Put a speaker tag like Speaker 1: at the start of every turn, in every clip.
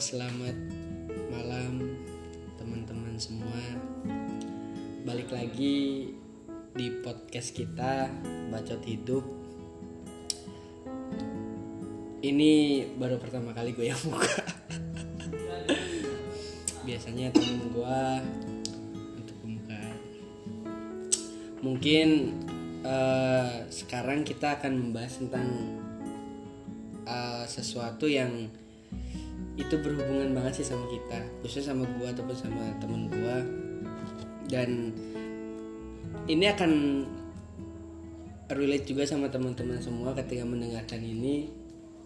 Speaker 1: selamat malam teman-teman semua. Balik lagi di podcast kita Bacot Hidup. Ini baru pertama kali gue yang buka. Biasanya temen gue untuk pembukaan. Mungkin sekarang kita akan membahas tentang sesuatu yang itu berhubungan banget sih sama kita, khususnya sama gue ataupun sama temen gue. Dan ini akan relate juga sama teman-teman semua ketika mendengarkan ini.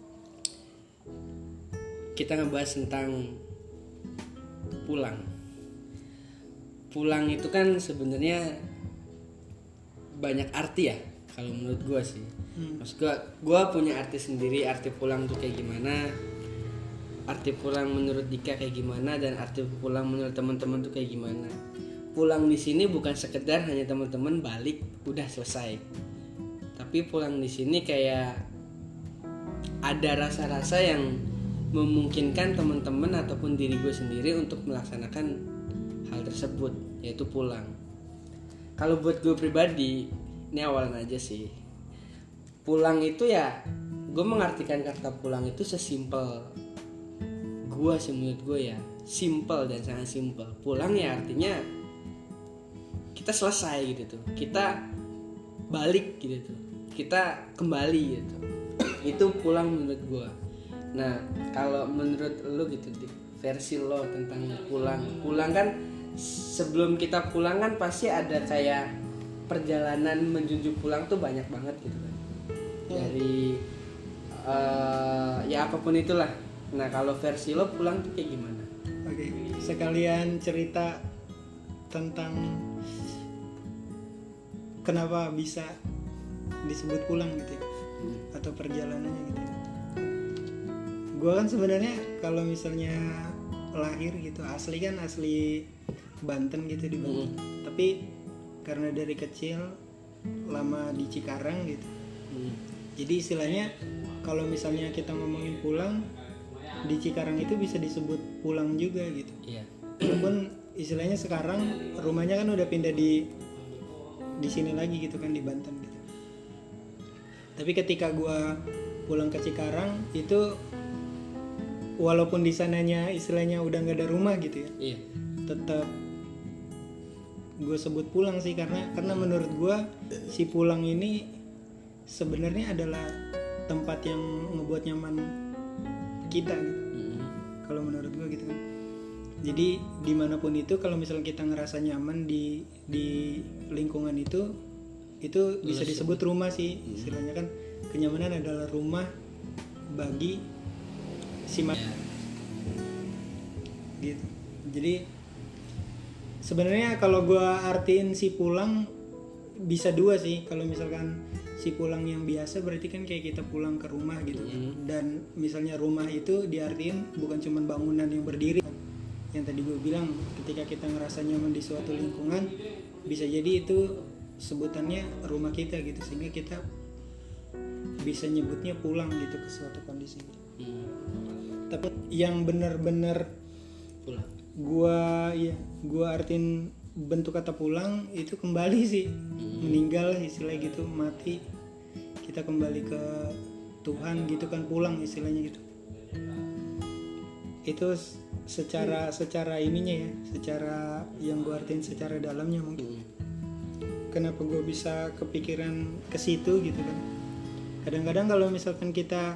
Speaker 1: Kita ngebahas tentang pulang. Pulang itu kan sebenarnya banyak arti ya, kalau menurut gue sih. Maksud gue punya arti sendiri. Arti pulang tuh kayak gimana, arti pulang menurut Dika kayak gimana, dan arti pulang menurut teman-teman tuh kayak gimana. Pulang di sini bukan sekedar hanya teman-teman balik udah selesai, tapi pulang di sini kayak ada rasa-rasa yang memungkinkan teman-teman ataupun diri gue sendiri untuk melaksanakan hal tersebut, yaitu pulang. Kalau buat gue pribadi, ini awalan aja sih. Pulang itu ya, gue mengartikan kata pulang itu sesimpel gue sih, menurut gue ya simple dan sangat simple. Pulang ya artinya kita selesai gitu tuh, kita balik gitu tuh, kita kembali gitu. Itu pulang menurut gue. Nah kalau menurut lo gitu, versi lo tentang pulang. Pulang kan sebelum kita pulang kan pasti ada kayak perjalanan menuju pulang tuh banyak banget gitu kan. Dari ya apapun itulah. Nah kalau versi lo pulang tuh kayak gimana?
Speaker 2: Oke, sekalian cerita tentang kenapa bisa disebut pulang gitu ya, atau perjalanannya gitu. Gue kan sebenarnya kalau misalnya lahir gitu asli Banten gitu, di Banten. Tapi karena dari kecil lama di Cikarang gitu. Jadi istilahnya kalau misalnya kita ngomongin pulang, di Cikarang itu bisa disebut pulang juga gitu.
Speaker 1: Iya.
Speaker 2: Walaupun istilahnya sekarang rumahnya kan udah pindah di sini lagi gitu kan, di Banten gitu. Tapi ketika gue pulang ke Cikarang itu, walaupun di sananya istilahnya udah nggak ada rumah gitu ya,
Speaker 1: Iya.
Speaker 2: tetap gue sebut pulang sih, karena menurut gue si pulang ini sebenarnya adalah tempat yang ngebuat nyaman kita gitu. Kalau menurut gue gitu kan. Jadi dimanapun itu, kalau misalnya kita ngerasa nyaman di lingkungan itu bisa disebut rumah sih. Istilahnya kan kenyamanan adalah rumah bagi si gitu. Jadi sebenarnya kalau gue artiin si pulang bisa dua sih. Kalau misalkan si pulang yang biasa berarti kan kayak kita pulang ke rumah gitu. Dan misalnya rumah itu diartiin bukan cuma bangunan yang berdiri. Yang tadi gue bilang, ketika kita ngerasa nyaman di suatu lingkungan, bisa jadi itu sebutannya rumah kita gitu, sehingga kita bisa nyebutnya pulang gitu ke suatu kondisi. Tapi yang benar-benar
Speaker 1: Pulang.
Speaker 2: Gua artiin bentuk kata pulang itu kembali sih, meninggal istilahnya gitu, mati, kita kembali ke Tuhan gitu kan, pulang istilahnya gitu. Itu secara ininya ya, secara yang gua artiin secara dalamnya mungkin. Kenapa gua bisa kepikiran ke situ gitu kan? Kadang-kadang kalau misalkan kita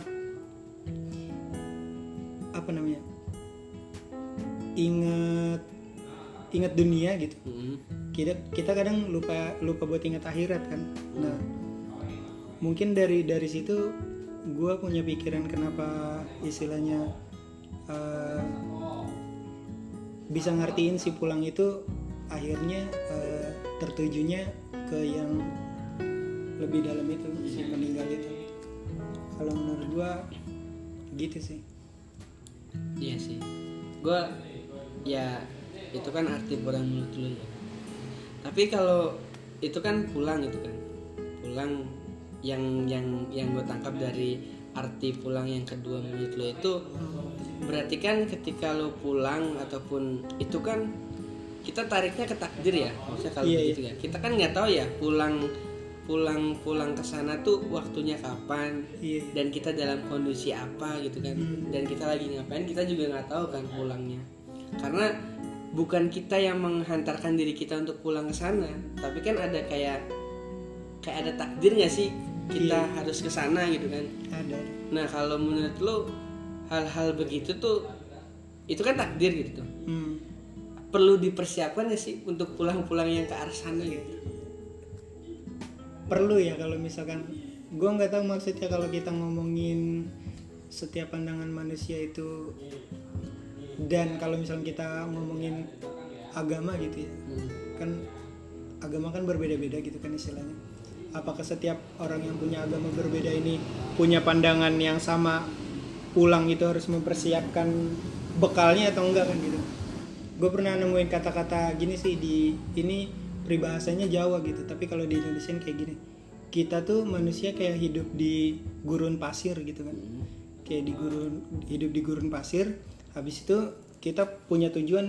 Speaker 2: ingat dunia gitu, kita kadang lupa buat ingat akhirat kan. Nah mungkin dari situ gue punya pikiran kenapa istilahnya bisa ngertiin si pulang itu akhirnya tertujunya ke yang lebih dalam itu, si meninggal itu. Kalau menurut gue gitu sih.
Speaker 1: Iya sih. Gue ya itu kan arti pulang menurut lu ya. Tapi kalau itu kan pulang yang gue tangkap dari arti pulang yang kedua menurut lo itu berarti kan ketika lo pulang ataupun itu kan kita tariknya ke takdir ya, maksudnya kalau begitu ya. Kita kan nggak tahu ya pulang ke sana tuh waktunya kapan dan kita dalam kondisi apa gitu kan. Dan kita lagi ngapain kita juga nggak tahu kan pulangnya. Karena bukan kita yang menghantarkan diri kita untuk pulang ke sana, tapi kan ada kayak ada takdir nggak sih kita harus ke sana gitu kan.
Speaker 2: Ada.
Speaker 1: Nah, kalau menurut lo hal-hal begitu tuh itu kan takdir gitu tuh. Perlu dipersiapkan ya sih untuk pulang-pulang yang ke arah sana gitu.
Speaker 2: Perlu ya, kalau misalkan gue nggak tahu maksudnya kalau kita ngomongin setiap pandangan manusia itu, dan kalau misalnya kita ngomongin agama gitu ya, kan agama kan berbeda-beda gitu kan istilahnya. Apakah setiap orang yang punya agama berbeda ini punya pandangan yang sama, pulang itu harus mempersiapkan bekalnya atau enggak kan gitu. Gue pernah nemuin kata-kata gini sih, di ini peribahasanya Jawa gitu, tapi kalau di Indonesia kayak gini, kita tuh manusia kayak hidup di gurun pasir gitu kan, kayak hidup di gurun pasir. Habis itu kita punya tujuan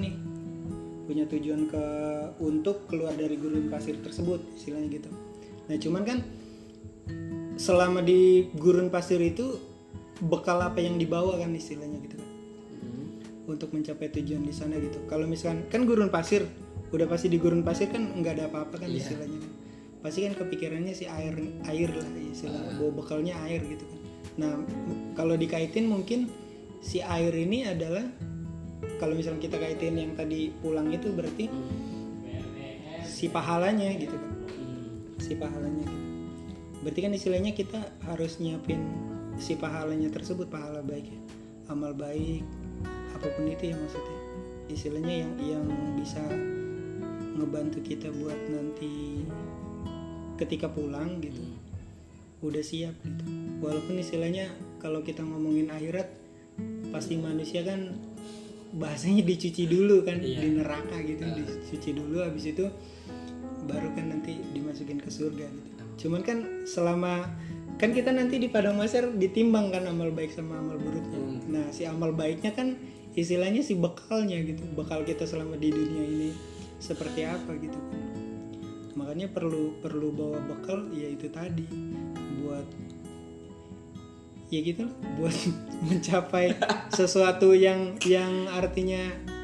Speaker 2: untuk keluar dari gurun pasir tersebut istilahnya gitu. Nah cuman kan selama di gurun pasir itu bekal apa yang dibawa kan istilahnya gitu kan, untuk mencapai tujuan di sana gitu. Kalau misalkan kan gurun pasir, udah pasti di gurun pasir kan nggak ada apa-apa kan istilahnya kan. Pasti kan kepikirannya si air lah istilahnya, bawa bekalnya air gitu kan. Nah kalau dikaitin mungkin si air ini adalah, kalau misalnya kita kaitin yang tadi pulang itu berarti si pahalanya gitu kan, si pahalanya gitu. Berarti kan istilahnya kita harus nyiapin si pahalanya tersebut, pahala baik ya, amal baik apapun itu ya, maksudnya istilahnya yang bisa ngebantu kita buat nanti ketika pulang gitu udah siap gitu. Walaupun istilahnya kalau kita ngomongin akhirat pasti manusia kan bahasanya dicuci dulu kan, di neraka gitu, dicuci dulu, habis itu baru kan nanti dimasukin ke surga gitu. Cuman kan selama kan kita nanti di padang mahsyar ditimbang kan amal baik sama amal buruknya. Nah si amal baiknya kan istilahnya si bekalnya gitu, bekal kita selama di dunia ini seperti apa gitu kan. Makanya perlu bawa bekal, ya itu tadi, buat ya gitu lah, buat mencapai sesuatu yang artinya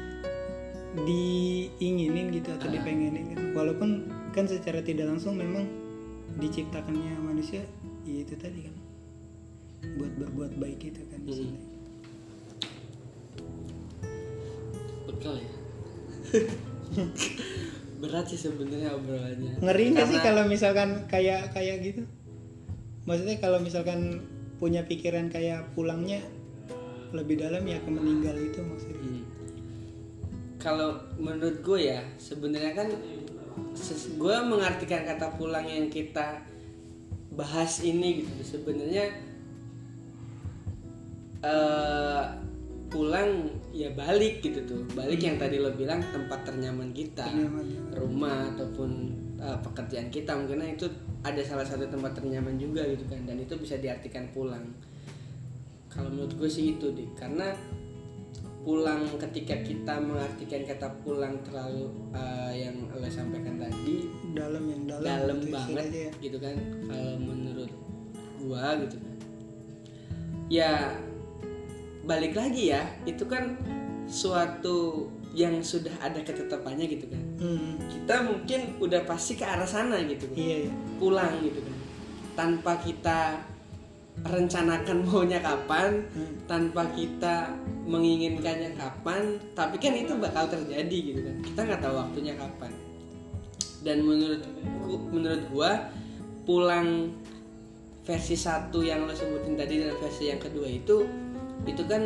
Speaker 2: diinginin gitu atau dipengenin gitu. Walaupun kan secara tidak langsung memang diciptakannya manusia ya itu tadi kan, buat berbuat baik itu kan istilahnya.
Speaker 1: Bekal ya. Berat sih sebenarnya obrolannya.
Speaker 2: Ngeri nggak sih kalau misalkan kayak gitu? Maksudnya kalau misalkan punya pikiran kayak pulangnya lebih dalam ya ke meninggal itu maksudnya.
Speaker 1: Kalau menurut gue ya sebenarnya kan gue mengartikan kata pulang yang kita bahas ini gitu sebenarnya pulang ya balik gitu tuh, balik yang tadi lo bilang tempat ternyaman kita, rumah ataupun pekerjaan kita, mungkin itu ada salah satu tempat ternyaman juga gitu kan, dan itu bisa diartikan pulang. Kalau menurut gue sih itu deh, karena pulang ketika kita mengartikan kata pulang terlalu yang lo sampaikan tadi dalam gitu banget ya. Gitu kan kalau menurut gue gitu kan ya balik lagi ya, itu kan suatu yang sudah ada ketetapannya gitu kan. Kita mungkin udah pasti ke arah sana gitu kan. Pulang gitu kan, tanpa kita rencanakan maunya kapan, tanpa kita menginginkannya kapan, tapi kan itu bakal terjadi gitu kan. Kita nggak tahu waktunya kapan. Dan menurut gua pulang versi 1 yang lo sebutin tadi dan versi yang kedua itu kan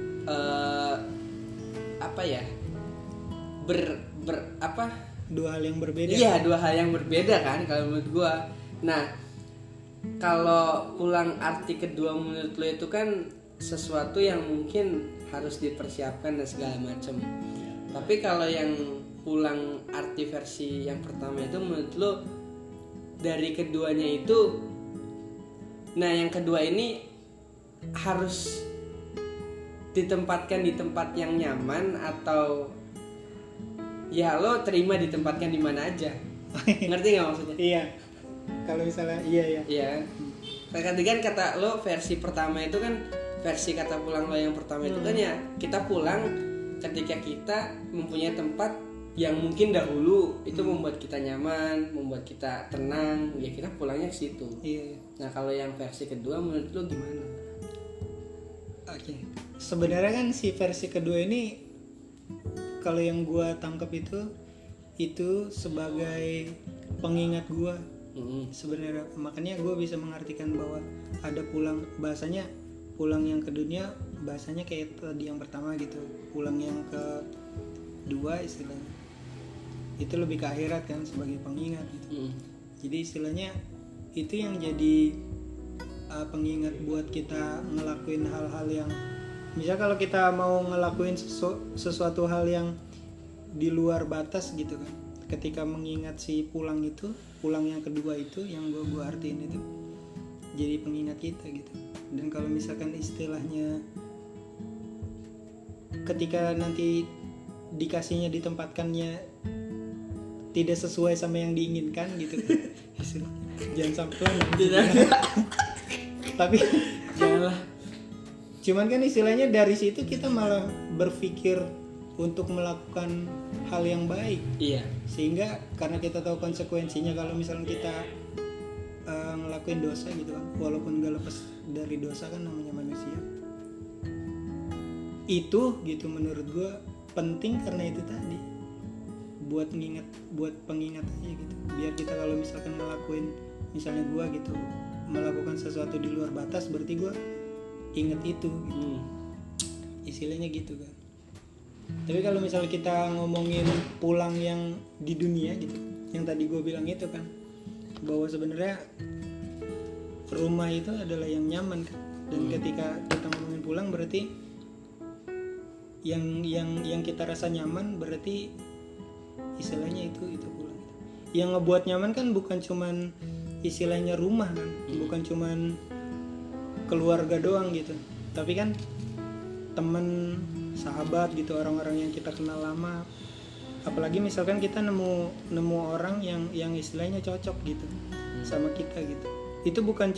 Speaker 1: apa ya,
Speaker 2: dua hal yang berbeda.
Speaker 1: Iya, dua hal yang berbeda kan kalau menurut gua. Nah, kalau pulang arti kedua menurut lo itu kan sesuatu yang mungkin harus dipersiapkan dan segala macam. Tapi kalau yang pulang arti versi yang pertama itu menurut lo dari keduanya itu, nah yang kedua ini harus ditempatkan di tempat yang nyaman atau ya lo terima ditempatkan di mana aja. Ngerti nggak maksudnya?
Speaker 2: Iya. Kalau misalnya iya.
Speaker 1: Iya. Tadi kan kata lo versi pertama itu kan versi kata pulang lo yang pertama itu kan ya kita pulang ketika kita mempunyai tempat yang mungkin dahulu itu membuat kita nyaman, membuat kita tenang, ya kita pulangnya ke situ.
Speaker 2: Iya.
Speaker 1: Nah kalau yang versi kedua menurut lo gimana?
Speaker 2: Oke. Sebenarnya kan si versi kedua ini kalau yang gua tangkap itu sebagai pengingat gua. Sebenarnya makanya gue bisa mengartikan bahwa ada pulang, bahasanya pulang yang ke dunia, bahasanya kayak tadi yang pertama gitu, pulang yang kedua istilahnya itu lebih ke akhirat kan sebagai pengingat gitu. Jadi istilahnya itu yang jadi pengingat buat kita ngelakuin hal-hal yang misal kalau kita mau ngelakuin sesuatu hal yang di luar batas gitu kan, ketika mengingat si pulang yang kedua itu yang gue artiin itu jadi pengingat kita gitu. Dan kalau misalkan istilahnya ketika nanti dikasihnya ditempatkannya tidak sesuai sama yang diinginkan gitu kan, jangan sampai tapi
Speaker 1: Janganlah.
Speaker 2: Cuman kan istilahnya dari situ kita malah berpikir untuk melakukan hal yang baik.
Speaker 1: Iya.
Speaker 2: Sehingga karena kita tahu konsekuensinya kalau misalnya kita ngelakuin dosa gitu kan, walaupun gak lepas dari dosa kan namanya manusia. Itu gitu menurut gue penting karena itu tadi buat pengingat aja gitu. Biar kita kalau misalkan ngelakuin, misalnya gue gitu melakukan sesuatu di luar batas, berarti gue inget itu gitu. Istilahnya gitu kan. Tapi kalau misalnya kita ngomongin pulang yang di dunia gitu, yang tadi gue bilang itu kan, bahwa sebenarnya rumah itu adalah yang nyaman kan. Dan ketika kita ngomongin pulang berarti yang kita rasa nyaman berarti istilahnya itu pulang. Yang ngebuat nyaman kan bukan cuman istilahnya rumah kan, bukan cuman keluarga doang gitu, tapi kan temen, sahabat gitu, orang-orang yang kita kenal lama. Apalagi misalkan kita nemu orang yang istilahnya cocok gitu sama kita gitu. Itu bukan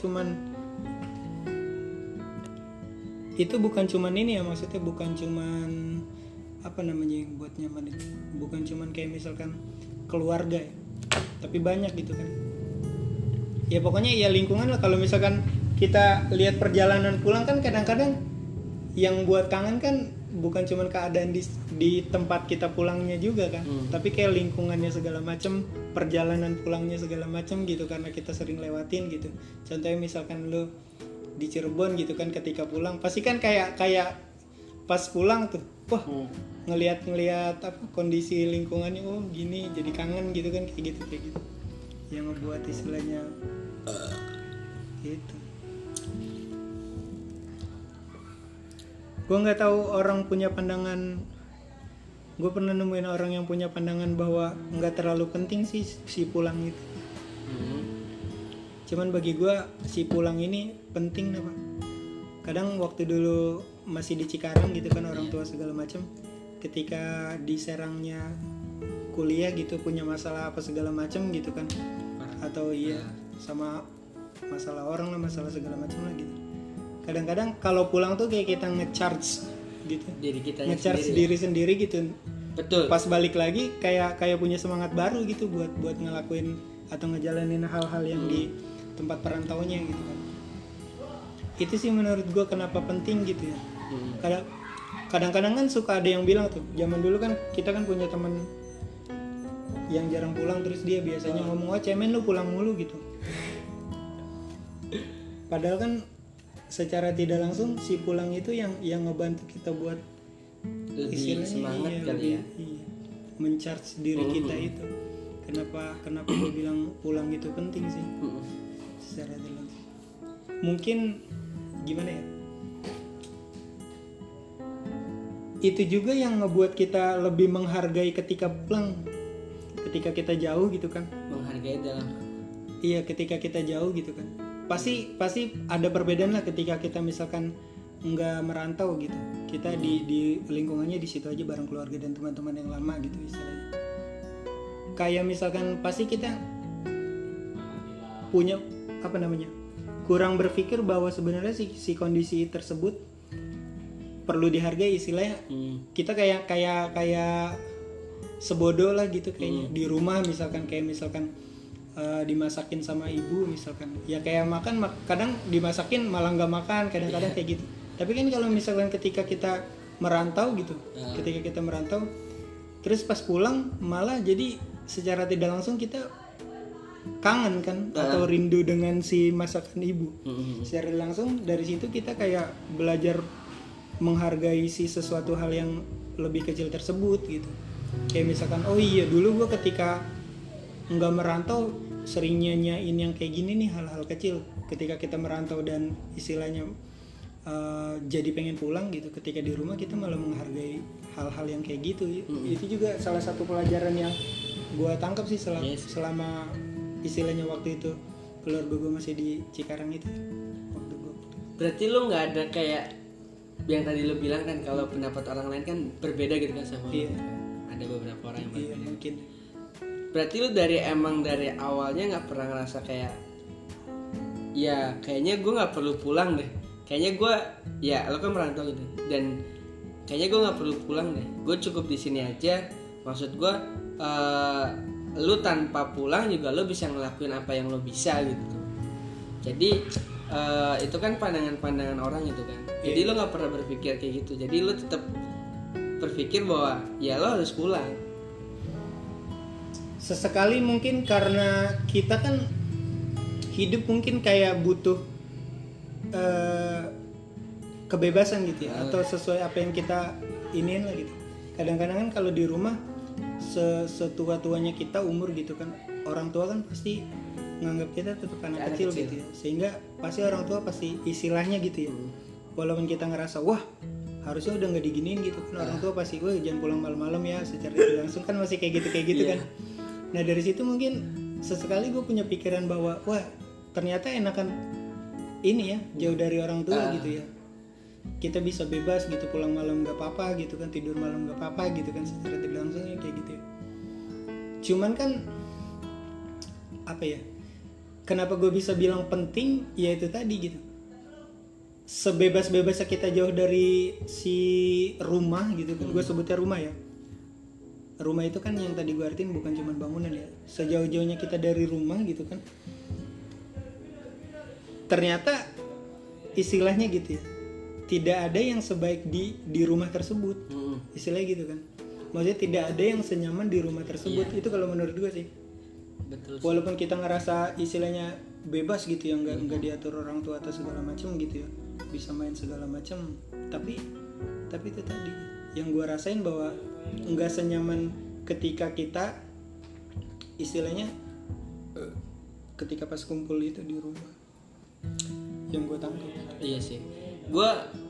Speaker 2: cuman ini ya, maksudnya bukan cuman apa namanya yang buat nyaman itu. Bukan cuman kayak misalkan keluarga ya, tapi banyak gitu kan. Ya pokoknya ya lingkungan lah. Kalau misalkan kita lihat perjalanan pulang kan kadang-kadang yang buat kangen kan bukan cuma keadaan di tempat kita pulangnya juga kan, tapi kayak lingkungannya segala macam, perjalanan pulangnya segala macam gitu, karena kita sering lewatin gitu. Contohnya misalkan lo di Cirebon gitu kan, ketika pulang pasti kan kayak pas pulang tuh, wah ngelihat apa kondisi lingkungannya, oh gini, jadi kangen gitu kan, kayak gitu yang ngebuat istilahnya gitu. Gue nggak tahu orang punya pandangan. Gue pernah nemuin orang yang punya pandangan bahwa nggak terlalu penting sih si pulang itu. Cuman bagi gue si pulang ini penting apa? Kadang waktu dulu masih di Cikarang gitu kan, orang tua segala macam, ketika di Serangnya kuliah gitu punya masalah apa segala macam gitu kan, atau sama masalah orang lah, masalah segala macam lah gitu. Kadang-kadang kalau pulang tuh kayak kita ngecharge gitu, ngecharge diri sendiri gitu.
Speaker 1: Betul.
Speaker 2: Pas balik lagi kayak punya semangat baru gitu buat ngelakuin atau ngejalanin hal-hal yang di tempat perantauannya gitu kan. Itu sih menurut gue kenapa penting gitu ya. Kadang-kadang kan suka ada yang bilang tuh, zaman dulu kan kita kan punya teman yang jarang pulang, terus dia biasanya ngomong, "Oh cemen lu pulang mulu" gitu. Padahal kan secara tidak langsung si pulang itu yang ngebantu kita buat
Speaker 1: lebih semangat kali ya.
Speaker 2: Iya, mencharge diri kita itu. Kenapa gue bilang pulang itu penting sih? Secara tidak langsung. Mungkin gimana ya? Itu juga yang ngebuat kita lebih menghargai ketika pulang. Ketika kita jauh gitu kan.
Speaker 1: Menghargai dalam.
Speaker 2: Iya, ketika kita jauh gitu kan. Pasti ada perbedaan lah ketika kita misalkan nggak merantau gitu. Kita di lingkungannya di situ aja bareng keluarga dan teman-teman yang lama gitu istilahnya. Kayak misalkan pasti kita punya apa namanya, kurang berpikir bahwa sebenarnya si kondisi tersebut perlu dihargai istilahnya. Kita kayak sebodoh lah gitu kayaknya. Di rumah misalkan dimasakin sama ibu misalkan, ya kayak makan kadang dimasakin malah nggak makan, kadang-kadang kayak gitu. Tapi kan kalau misalkan ketika kita merantau gitu, ketika kita merantau terus pas pulang malah jadi secara tidak langsung kita kangen kan atau rindu dengan si masakan ibu. Secara langsung dari situ kita kayak belajar menghargai si sesuatu hal yang lebih kecil tersebut gitu. Kayak misalkan oh iya dulu gue ketika nggak merantau sering nyanyain yang kayak gini nih, hal-hal kecil. Ketika kita merantau dan istilahnya jadi pengen pulang gitu, ketika di rumah kita malah menghargai hal-hal yang kayak gitu. Itu juga salah satu pelajaran yang gue tangkap sih selama istilahnya waktu itu keluarga gue masih di Cikarang itu waktu gue.
Speaker 1: Berarti lu nggak ada kayak yang tadi lu bilang kan kalau pendapat orang lain kan berbeda gitu kan sama lu. Ada beberapa orang yang berbeda.
Speaker 2: Mungkin.
Speaker 1: Berarti lu dari awalnya nggak pernah ngerasa kayak ya kayaknya gue nggak perlu pulang deh, kayaknya gue ya lo kan merantau gitu dan kayaknya gue nggak perlu pulang deh, gue cukup di sini aja. Maksud gue lu tanpa pulang juga lo bisa ngelakuin apa yang lo bisa gitu. Jadi itu kan pandangan orang gitu kan. Jadi lo nggak pernah berpikir kayak gitu, jadi lo tetap berpikir bahwa ya lo harus pulang.
Speaker 2: Sesekali mungkin karena kita kan hidup mungkin kayak butuh kebebasan gitu ya, atau sesuai apa yang kita iniin lah gitu. Kadang-kadang kan kalau di rumah setua-tuanya kita umur gitu kan, orang tua kan pasti nganggap kita tetap anak kecil gitu ya, sehingga pasti orang tua pasti istilahnya gitu ya, walaupun kita ngerasa wah harusnya udah nggak diginiin gitu kan, orang tua pasti wah jangan pulang malam-malam ya, secara tidak langsung kan masih kayak gitu kan. Nah dari situ mungkin sesekali gue punya pikiran bahwa wah ternyata enakan ini ya, jauh dari orang tua gitu ya, kita bisa bebas gitu, pulang malam nggak apa-apa gitu kan, tidur malam nggak apa-apa gitu kan, secara tidak langsung ya kayak gitu ya. Cuman kan apa ya, kenapa gue bisa bilang penting ya itu tadi gitu, sebebas-bebasnya kita jauh dari si rumah gitu kan, gue sebutnya rumah ya. Rumah itu kan yang tadi gue artiin bukan cuma bangunan ya, sejauh-jauhnya kita dari rumah gitu kan, ternyata istilahnya gitu ya, tidak ada yang sebaik di rumah tersebut, istilahnya gitu kan. Maksudnya tidak ada yang senyaman di rumah tersebut. Itu kalau menurut gue sih.
Speaker 1: Betul sih.
Speaker 2: Walaupun kita ngerasa istilahnya bebas gitu ya, nggak diatur orang tua atau segala macam gitu ya, bisa main segala macam, tapi itu tadi yang gue rasain bahwa nggak senyaman ketika kita istilahnya ketika pas kumpul itu di rumah, yang gue tangkap.
Speaker 1: Iya sih, gue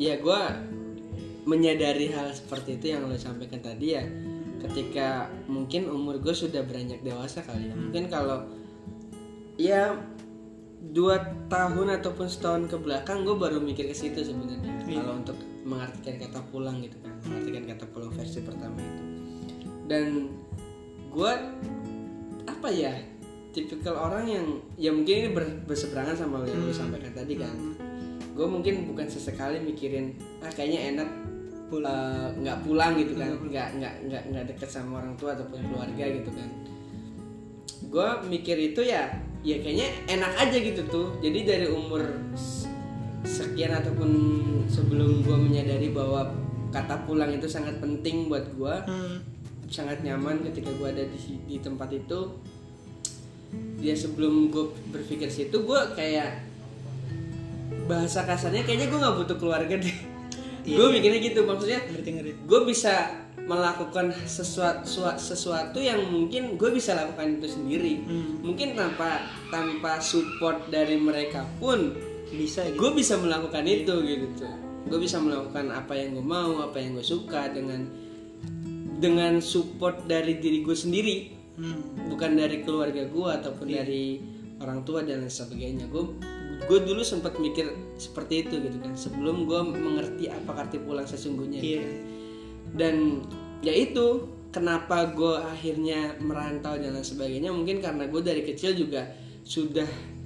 Speaker 1: menyadari hal seperti itu yang lo sampaikan tadi ya, ketika mungkin umur gue sudah beranjak dewasa kali ya. Mungkin kalau ya 2 tahun ataupun setahun ke belakang gue baru mikir ke situ sebenarnya. Kalau untuk mengartikan kata pulang gitu kan, mengartikan kata pulang versi pertama itu. Dan gue apa ya, tipikal orang yang ya mungkin ini berseberangan sama yang lo sampaikan tadi kan. Gue mungkin bukan sesekali mikirin kayaknya enak nggak pulang gitu kan, nggak deket sama orang tua ataupun keluarga gitu kan. Gue mikir itu ya kayaknya enak aja gitu tuh. Jadi dari umur sekian ataupun sebelum gue menyadari bahwa kata pulang itu sangat penting buat gue, sangat nyaman ketika gue ada di tempat itu. Ya sebelum gue berpikir situ, gue kayak bahasa kasarnya kayaknya gue nggak butuh keluarga deh. Gue mikirnya gitu, maksudnya gue bisa melakukan sesuatu yang mungkin gue bisa lakukan itu sendiri. Mungkin tanpa support dari mereka pun
Speaker 2: bisa gitu.
Speaker 1: Gue bisa melakukan itu gitu tuh. Gue bisa melakukan apa yang gue mau, apa yang gue suka dengan support dari diri gue sendiri, bukan dari keluarga gue ataupun dari orang tua dan lain sebagainya. gue dulu sempat mikir seperti itu gitu kan, sebelum gue mengerti apa arti pulang sesungguhnya gitu. Dan ya itu kenapa gue akhirnya merantau dan lain sebagainya, mungkin karena gue dari kecil juga sudah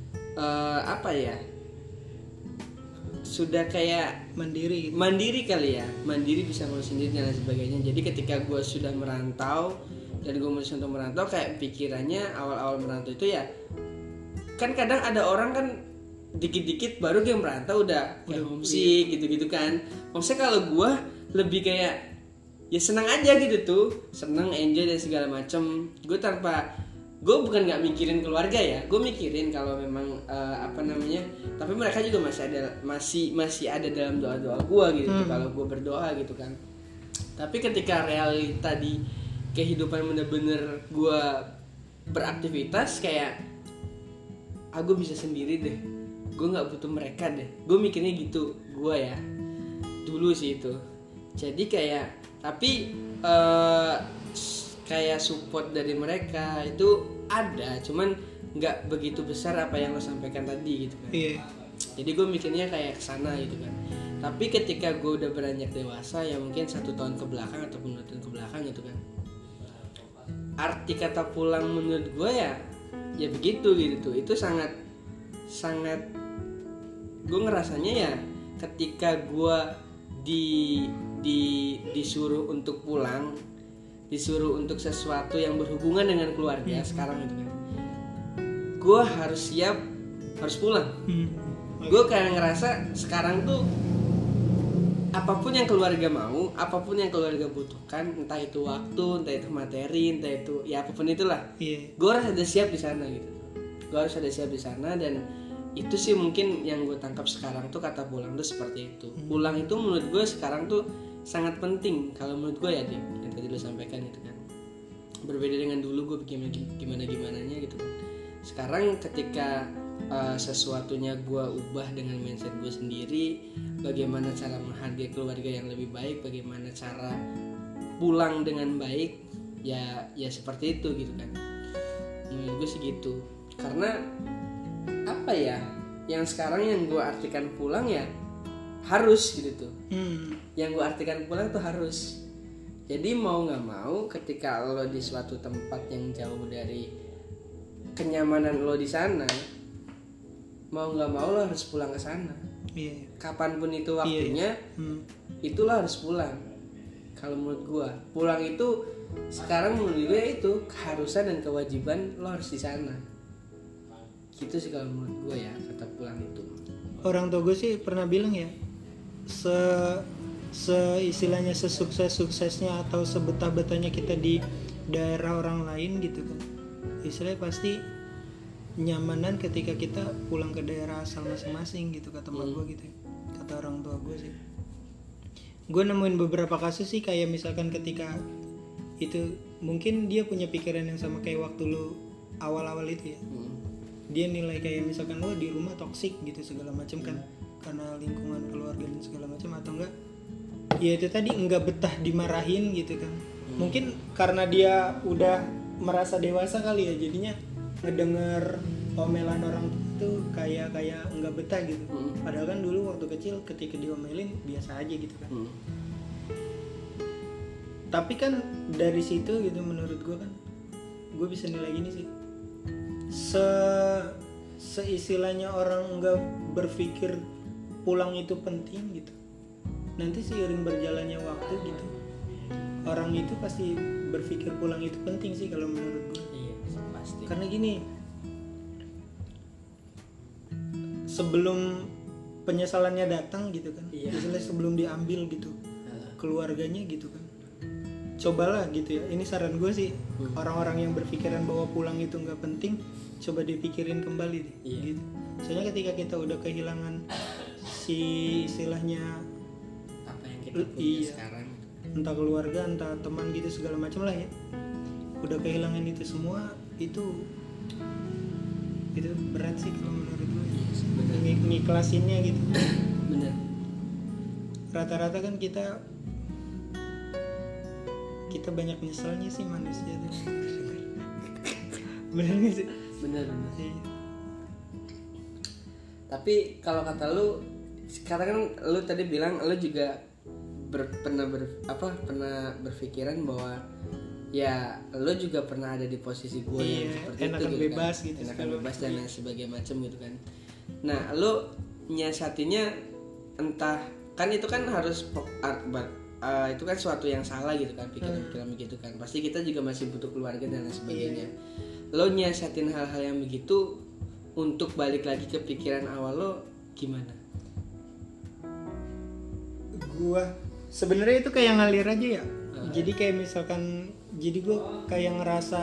Speaker 1: sudah kayak mandiri kali ya, mandiri bisa ngurus sendiri dan lain sebagainya. Jadi ketika gue sudah merantau dan gue memutuskan untuk merantau, kayak pikirannya awal-awal merantau itu ya, kan kadang ada orang kan dikit-dikit baru dia merantau udah kayak homesick gitu-gitu kan. Maksudnya kalau gue lebih kayak ya senang aja gitu tuh, senang, enjoy dan segala macem. Gue bukan nggak mikirin keluarga ya, gue mikirin kalau memang tapi mereka juga masih ada dalam doa-doa gue gitu. Kalau gue berdoa gitu kan. Tapi ketika realita di kehidupan bener-bener gue beraktivitas, kayak gue bisa sendiri deh, gue nggak butuh mereka deh. Gue mikirnya gitu gue ya dulu sih itu. Jadi kayak kayak support dari mereka itu ada, cuman nggak begitu besar apa yang lo sampaikan tadi gitu kan. Jadi gue mikirnya kayak kesana gitu kan. Tapi ketika gue udah beranjak dewasa, ya mungkin 1 tahun ke belakang ataupun 2 tahun ke belakang gitu kan, arti kata pulang menurut gue ya begitu gitu. Itu sangat gue ngerasanya ya ketika gue disuruh untuk pulang, disuruh untuk sesuatu yang berhubungan dengan keluarga sekarang gitu kan, gue harus siap, harus pulang. Gue kayak ngerasa sekarang tuh apapun yang keluarga mau, apapun yang keluarga butuhkan, entah itu waktu, entah itu materi, entah itu ya apapun itulah, gue harus ada siap di sana gitu. Gue harus ada siap di sana. Dan itu sih mungkin yang gue tangkap sekarang tuh, kata pulang tuh seperti itu. Pulang itu menurut gue sekarang tuh sangat penting kalau menurut gue ya, Dik, yang tadi lo sampaikan gitu kan. Berbeda dengan dulu gue gimana-gimananya gitu kan. Sekarang ketika sesuatunya gue ubah dengan mindset gue sendiri, bagaimana cara menghargai keluarga yang lebih baik, bagaimana cara pulang dengan baik, ya seperti itu gitu kan. Menurut gue sih gitu. Karena apa ya, yang sekarang yang gue artikan pulang ya harus gitu tuh. Yang gue artikan pulang tuh harus. Jadi mau nggak mau, ketika lo di suatu tempat yang jauh dari kenyamanan lo di sana, mau nggak mau lo harus pulang ke sana. Kapanpun itu waktunya, itu lo harus pulang. Kalau menurut gue, pulang itu sekarang menurut gue itu keharusan dan kewajiban, lo harus di sana. Gitu sih kalau menurut gue ya, kata pulang itu.
Speaker 2: Orang tua gue sih pernah bilang ya, istilahnya sesukses-suksesnya atau sebetah-betahnya kita di daerah orang lain gitu kan, istilahnya pasti nyamanan ketika kita pulang ke daerah asal masing-masing gitu, kata mak gue gitu, kata orang tua gue sih. Gue nemuin beberapa kasus sih, kayak misalkan ketika itu mungkin dia punya pikiran yang sama kayak waktu lu awal-awal itu ya. Dia nilai kayak misalkan lo di rumah toksik gitu segala macam kan, karena lingkungan keluarga dan segala macam, atau enggak ya itu tadi enggak betah dimarahin gitu kan. Mungkin karena dia udah merasa dewasa kali ya, jadinya ngedenger omelan orang tuh kayak enggak betah gitu. Padahal kan dulu waktu kecil ketika diomelin biasa aja gitu kan. Tapi kan dari situ gitu, menurut gue kan, gue bisa nilai gini sih, seistilahnya orang nggak berpikir pulang itu penting gitu, nanti seiring berjalannya waktu gitu, orang itu pasti berpikir pulang itu penting sih kalau menurut gue.
Speaker 1: Iya, pasti.
Speaker 2: Karena gini, sebelum penyesalannya datang gitu kan, istilahnya sebelum diambil gitu keluarganya gitu kan, cobalah gitu ya, ini saran gue sih, orang-orang yang berpikiran bahwa pulang itu nggak penting, coba dipikirin kembali deh. Gitu. Soalnya ketika kita udah kehilangan si istilahnya
Speaker 1: apa yang kita punya sekarang,
Speaker 2: entah keluarga, entah teman gitu segala macam lah ya, udah kehilangan itu semua, itu berat sih kalau menurut gue. Ngiklasinnya gitu.
Speaker 1: Bener.
Speaker 2: Rata-rata kan kita banyak nyeselnya sih manusia tuh. Bener gak sih?
Speaker 1: Bener. Tapi kalau kata lu sekarang kan lu tadi bilang lu juga pernah berpikiran bahwa ya lu juga pernah ada di posisi gue yang seperti
Speaker 2: enakan
Speaker 1: itu gitu
Speaker 2: bebas
Speaker 1: kan.
Speaker 2: gitu,
Speaker 1: Enakan bebas dan lain sebagainya macam gitu kan. Nah lu nyiasatinya entah kan itu kan harus itu kan suatu yang salah gitu kan, pikiran-pikiran begitu kan. Pasti kita juga masih butuh keluarga dan lain sebagainya. Lo nyiasatin hal-hal yang begitu untuk balik lagi ke pikiran awal lo gimana?
Speaker 2: Gua sebenarnya itu kayak ngalir aja ya. Jadi kayak misalkan, jadi gue kayak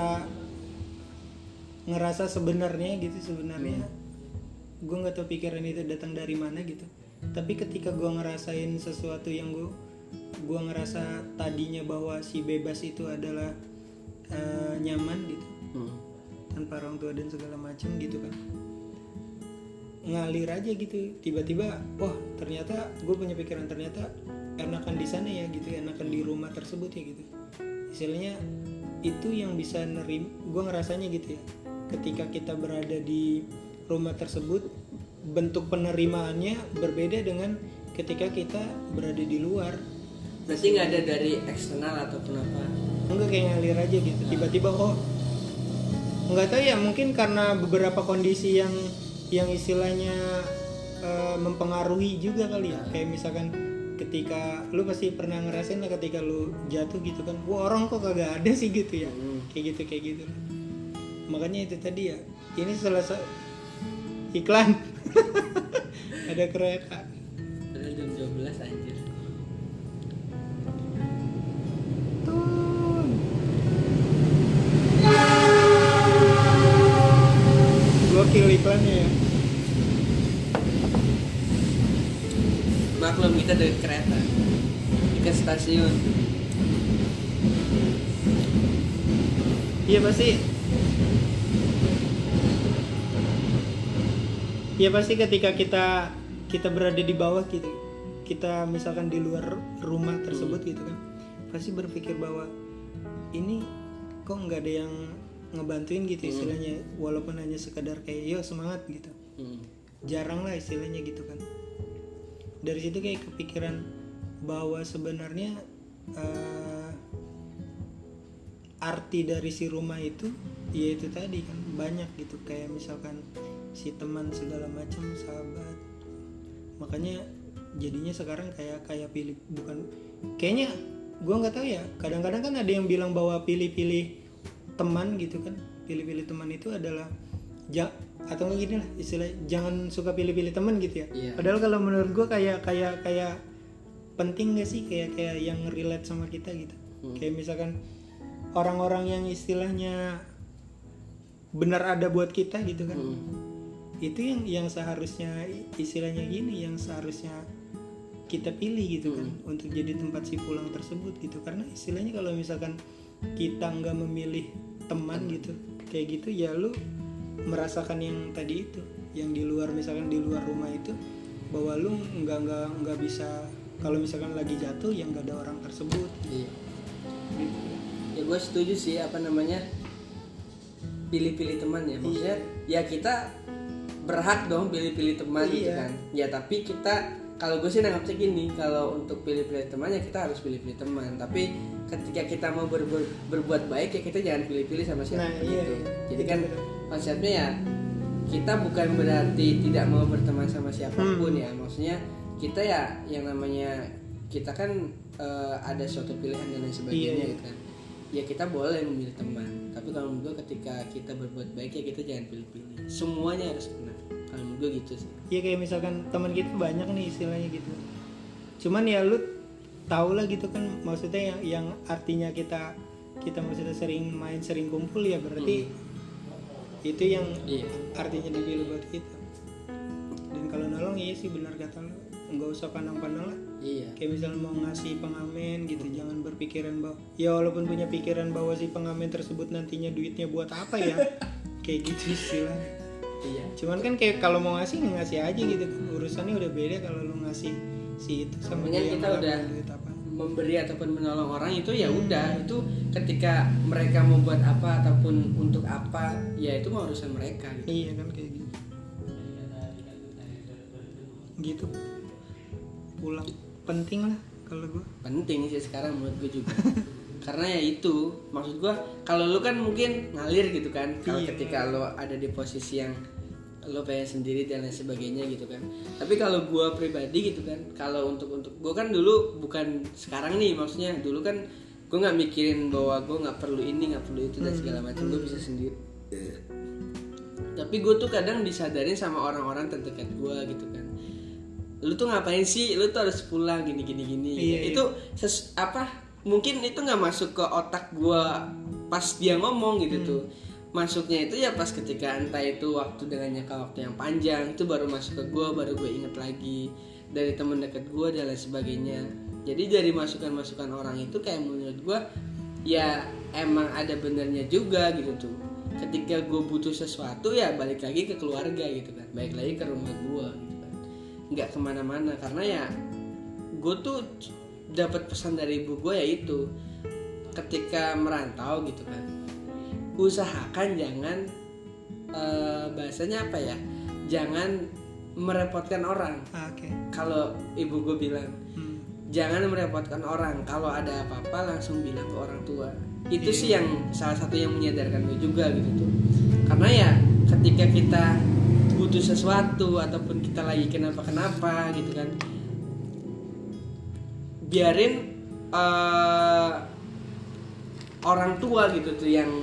Speaker 2: ngerasa sebenarnya gue nggak tahu pikiran itu datang dari mana gitu. Tapi ketika gue ngerasain sesuatu yang gue ngerasa tadinya bahwa si bebas itu adalah nyaman gitu, tanpa orang tua dan segala macam gitu kan, ngalir aja gitu. Tiba-tiba wah ternyata gue punya pikiran, ternyata enakan di sana ya gitu, enakan di rumah tersebut ya gitu. Istilahnya itu yang bisa gue ngerasanya gitu ya. Ketika kita berada di rumah tersebut, bentuk penerimaannya berbeda dengan ketika kita berada di luar.
Speaker 1: Berarti nggak ada dari eksternal ataupun apa?
Speaker 2: Enggak, kayak ngalir aja gitu. Tiba-tiba nggak tahu ya, mungkin karena beberapa kondisi yang istilahnya mempengaruhi juga kali ya. Kayak misalkan ketika lu pasti pernah ngerasain lah ketika lu jatuh gitu kan, wah orang kok kagak ada sih gitu ya. Kayak gitu. Makanya itu tadi ya, ini salah satu iklan ada kereta.
Speaker 1: Udah jam 12 anjir.
Speaker 2: Gokil iklannya ya.
Speaker 1: Maklum kita dari kereta ke stasiun.
Speaker 2: Iya pasti ketika kita berada di bawah gitu, kita misalkan di luar rumah tersebut gitu kan, pasti berpikir bahwa ini kok nggak ada yang ngebantuin gitu istilahnya, walaupun hanya sekadar kayak yo semangat gitu. Jarang lah istilahnya gitu kan. Dari situ kayak kepikiran bahwa sebenarnya arti dari si rumah itu yaitu tadi kan banyak gitu, kayak misalkan si teman segala macam, sahabat. Makanya jadinya sekarang kayak pilih, bukan kayaknya gue nggak tahu ya, kadang-kadang kan ada yang bilang bahwa pilih-pilih teman gitu kan, pilih-pilih teman itu adalah atau nggak gini lah istilah, jangan suka pilih-pilih teman gitu ya. Padahal kalau menurut gue kayak penting nggak sih kayak yang relate sama kita gitu. Kayak misalkan orang-orang yang istilahnya benar ada buat kita gitu kan, itu yang seharusnya istilahnya gini, yang seharusnya kita pilih gitu kan, untuk jadi tempat si pulang tersebut gitu. Karena istilahnya kalau misalkan kita nggak memilih teman gitu kayak gitu ya, lu merasakan yang tadi itu, yang di luar, misalkan di luar rumah itu, bahwa lu nggak bisa, kalau misalkan lagi jatuh yang nggak ada orang tersebut.
Speaker 1: Iya. Ya gue setuju sih, pilih-pilih teman ya, maksudnya ya kita berhak dong pilih-pilih teman gitu kan. Ya tapi kita, kalau gue sih nanggapnya gini, kalau untuk pilih-pilih teman ya kita harus pilih-pilih teman. Tapi ketika kita mau berbuat baik ya kita jangan pilih-pilih sama siapa gitu. Jadi kan konsepnya ya kita bukan berarti tidak mau berteman sama siapapun ya. Maksudnya kita ya yang namanya kita kan ada suatu pilihan dan lain sebagainya gitu kan. Ya kita boleh memilih teman, tapi kalau menurut gue ketika kita berbuat baik ya kita jangan pilih-pilih. Semuanya harus benar. Kalau menurut gue gitu sih.
Speaker 2: Iya, kayak misalkan teman kita banyak nih istilahnya gitu. Cuman ya lu tau lah gitu kan, maksudnya yang artinya kita maksudnya sering main, sering kumpul ya, berarti itu yang artinya dipilih buat kita. Dan kalau nolong iya sih benar kata lu, nggak usah pandang-pandang lah. Kayak misalnya mau ngasih pengamen gitu, jangan berpikiran bahwa ya walaupun punya pikiran bahwa si pengamen tersebut nantinya duitnya buat apa ya, kayak gitu istilahnya. Cuman kan kayak kalau mau ngasih aja gitu kan, urusannya udah beda kalau lu ngasih si itu sama dia.
Speaker 1: Kita udah memberi ataupun menolong orang itu ya udah, itu ketika mereka mau buat apa ataupun untuk apa ya itu mah urusan mereka gitu.
Speaker 2: Iya kan kayak gitu. gitu. Pulang penting lah kalau gue.
Speaker 1: Penting sih sekarang menurut gue juga. Karena ya itu maksud gue, kalau lu kan mungkin ngalir gitu kan, kalau ketika lo ada di posisi yang lo pengen sendiri dan lain sebagainya gitu kan. Tapi kalau gue pribadi gitu kan, kalau untuk gue kan dulu, bukan sekarang nih, maksudnya dulu kan gue nggak mikirin bahwa gue nggak perlu ini nggak perlu itu dan segala macam, gue bisa sendiri. Tapi gue tuh kadang disadarin sama orang-orang terdekat gue gitu kan, lu tuh ngapain sih, lu tuh harus pulang gini. Itu mungkin itu nggak masuk ke otak gue pas dia ngomong gitu tuh. Masuknya itu ya pas ketika entah itu waktu dengan jangka waktu yang panjang, itu baru masuk ke gue, baru gue inget lagi dari teman dekat gue dan lain sebagainya. Jadi dari masukan-masukan orang itu kayak menurut gue ya emang ada benernya juga gitu tuh. Ketika gue butuh sesuatu ya balik lagi ke keluarga gitu kan, balik lagi ke rumah gue gitu kan, nggak kemana-mana. Karena ya gue tuh dapat pesan dari ibu gue yaitu ketika merantau gitu kan, usahakan jangan bahasanya apa ya, jangan merepotkan orang. Kalau ibu gue bilang jangan merepotkan orang, kalau ada apa-apa langsung bilang ke orang tua. Itu sih yang salah satu yang menyadarkan gue juga gitu tuh. Karena ya ketika kita butuh sesuatu ataupun kita lagi kenapa gitu kan, biarin orang tua gitu tuh yang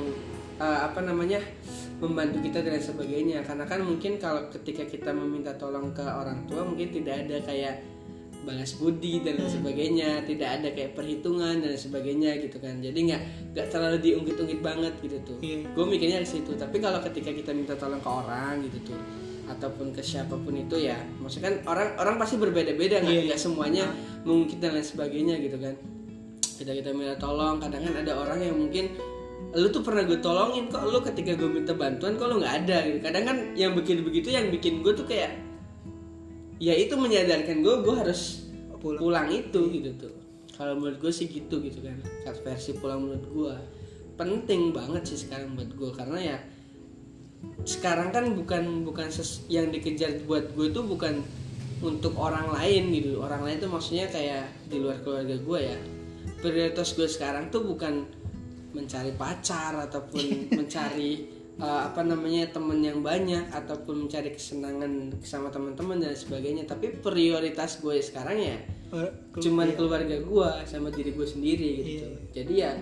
Speaker 1: membantu kita dan sebagainya. Karena kan mungkin kalau ketika kita meminta tolong ke orang tua mungkin tidak ada kayak balas budi dan sebagainya, tidak ada kayak perhitungan dan sebagainya gitu kan. Jadi nggak terlalu diungkit-ungkit banget gitu tuh. Gue mikirnya di situ. Tapi kalau ketika kita minta tolong ke orang gitu tuh, ataupun ke siapapun itu ya, maksudnya kan orang pasti berbeda-beda, nggak semuanya mungkin dan lain sebagainya gitu kan. Kita minta tolong, kadang kan ada orang yang mungkin lu tuh pernah gue tolongin, kok lu ketika gue minta bantuan kok lu nggak ada gitu. Kadang kan yang begitu yang bikin gue tuh kayak ya itu menyadarkan gue harus pulang itu gitu tuh. Kalau menurut gue sih gitu kan. Versi pulang menurut gue penting banget sih sekarang buat gue, karena ya sekarang kan bukan yang dikejar buat gue itu bukan untuk orang lain gitu. Orang lain tuh maksudnya kayak di luar keluarga gue ya. Prioritas gue sekarang tuh bukan mencari pacar ataupun mencari teman yang banyak ataupun mencari kesenangan sama teman-teman dan sebagainya. Tapi prioritas gue sekarang ya cuman keluarga gue sama diri gue sendiri gitu. Jadi ya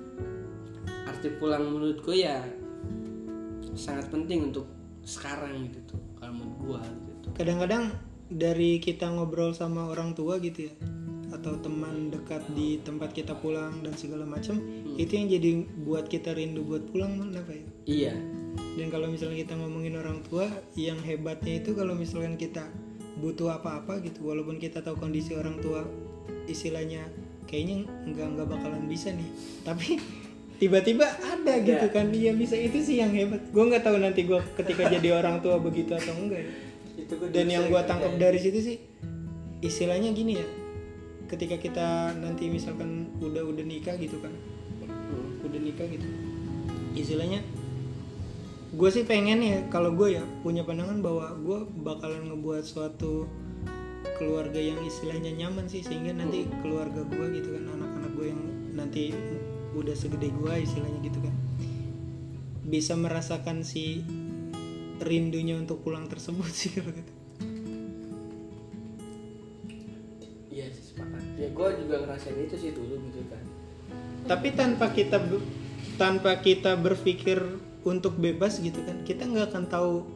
Speaker 1: arti pulang menurut gue ya sangat penting untuk sekarang gitu tuh kalau menurut gue gitu.
Speaker 2: Kadang-kadang dari kita ngobrol sama orang tua gitu ya, atau teman dekat di tempat kita pulang dan segala macam, itu yang jadi buat kita rindu buat pulang, kenapa ya?
Speaker 1: Iya.
Speaker 2: Dan kalau misalnya kita ngomongin orang tua, yang hebatnya itu kalau misalkan kita butuh apa-apa gitu, walaupun kita tahu kondisi orang tua istilahnya kayaknya nggak bakalan bisa nih, tapi tiba-tiba ada gitu kan, dia bisa. Itu sih yang hebat. Gue nggak tahu nanti gue ketika jadi orang tua begitu atau enggak ya. Dan yang gue tangkap dari situ sih istilahnya gini ya, ketika kita nanti misalkan udah nikah gitu kan, udah nikah gitu, istilahnya gue sih pengen ya, kalau gue ya punya pandangan bahwa gue bakalan ngebuat suatu keluarga yang istilahnya nyaman sih, sehingga nanti keluarga gue gitu kan, anak-anak gue yang nanti udah segede gue istilahnya gitu kan, bisa merasakan si rindunya untuk pulang tersebut sih kalau gitu.
Speaker 1: Iya sih, sepakat. Ya gue juga ngerasain itu sih dulu gitu kan.
Speaker 2: Tapi tanpa kita berpikir untuk bebas gitu kan, kita nggak akan tahu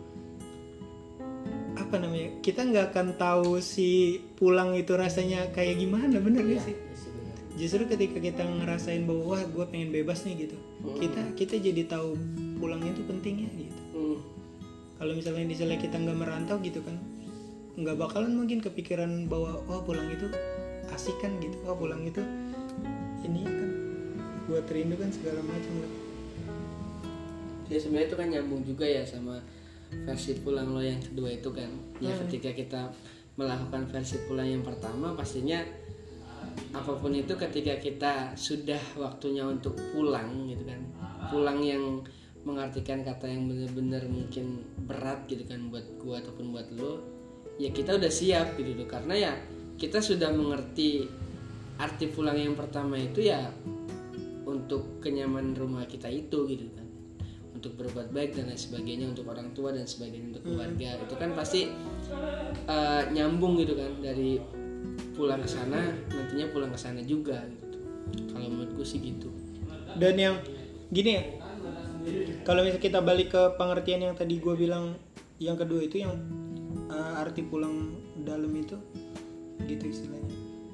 Speaker 2: kita nggak akan tahu si pulang itu rasanya kayak gimana, bener gak sih? Justru ketika kita ngerasain bahwa wah gue pengen bebas nih gitu, kita jadi tahu pulang itu pentingnya gitu. Kalau misalnya kita nggak merantau gitu kan, nggak bakalan mungkin kepikiran bahwa wah pulang itu asik kan gitu, wah pulang itu ini kan buat rindu kan segala macam lah.
Speaker 1: Ya sebenarnya itu kan nyambung juga ya sama versi pulang lo yang kedua itu kan. Ya ketika kita melakukan versi pulang yang pertama, pastinya apapun itu ketika kita sudah waktunya untuk pulang gitu kan, pulang yang mengartikan kata yang benar-benar mungkin berat gitu kan buat gua ataupun buat lo, ya kita udah siap gitu loh, karena ya kita sudah mengerti arti pulang yang pertama itu ya untuk kenyamanan rumah kita itu gitu kan, untuk berbuat baik dan lain sebagainya, untuk orang tua dan sebagainya, untuk keluarga. Itu kan pasti nyambung gitu kan, dari pulang ke sana nantinya pulang ke sana juga gitu. Kalau menurutku sih gitu.
Speaker 2: Dan yang gini ya, kalau misalnya kita balik ke pengertian yang tadi gue bilang, yang kedua itu yang arti pulang dalam itu gitu istilahnya.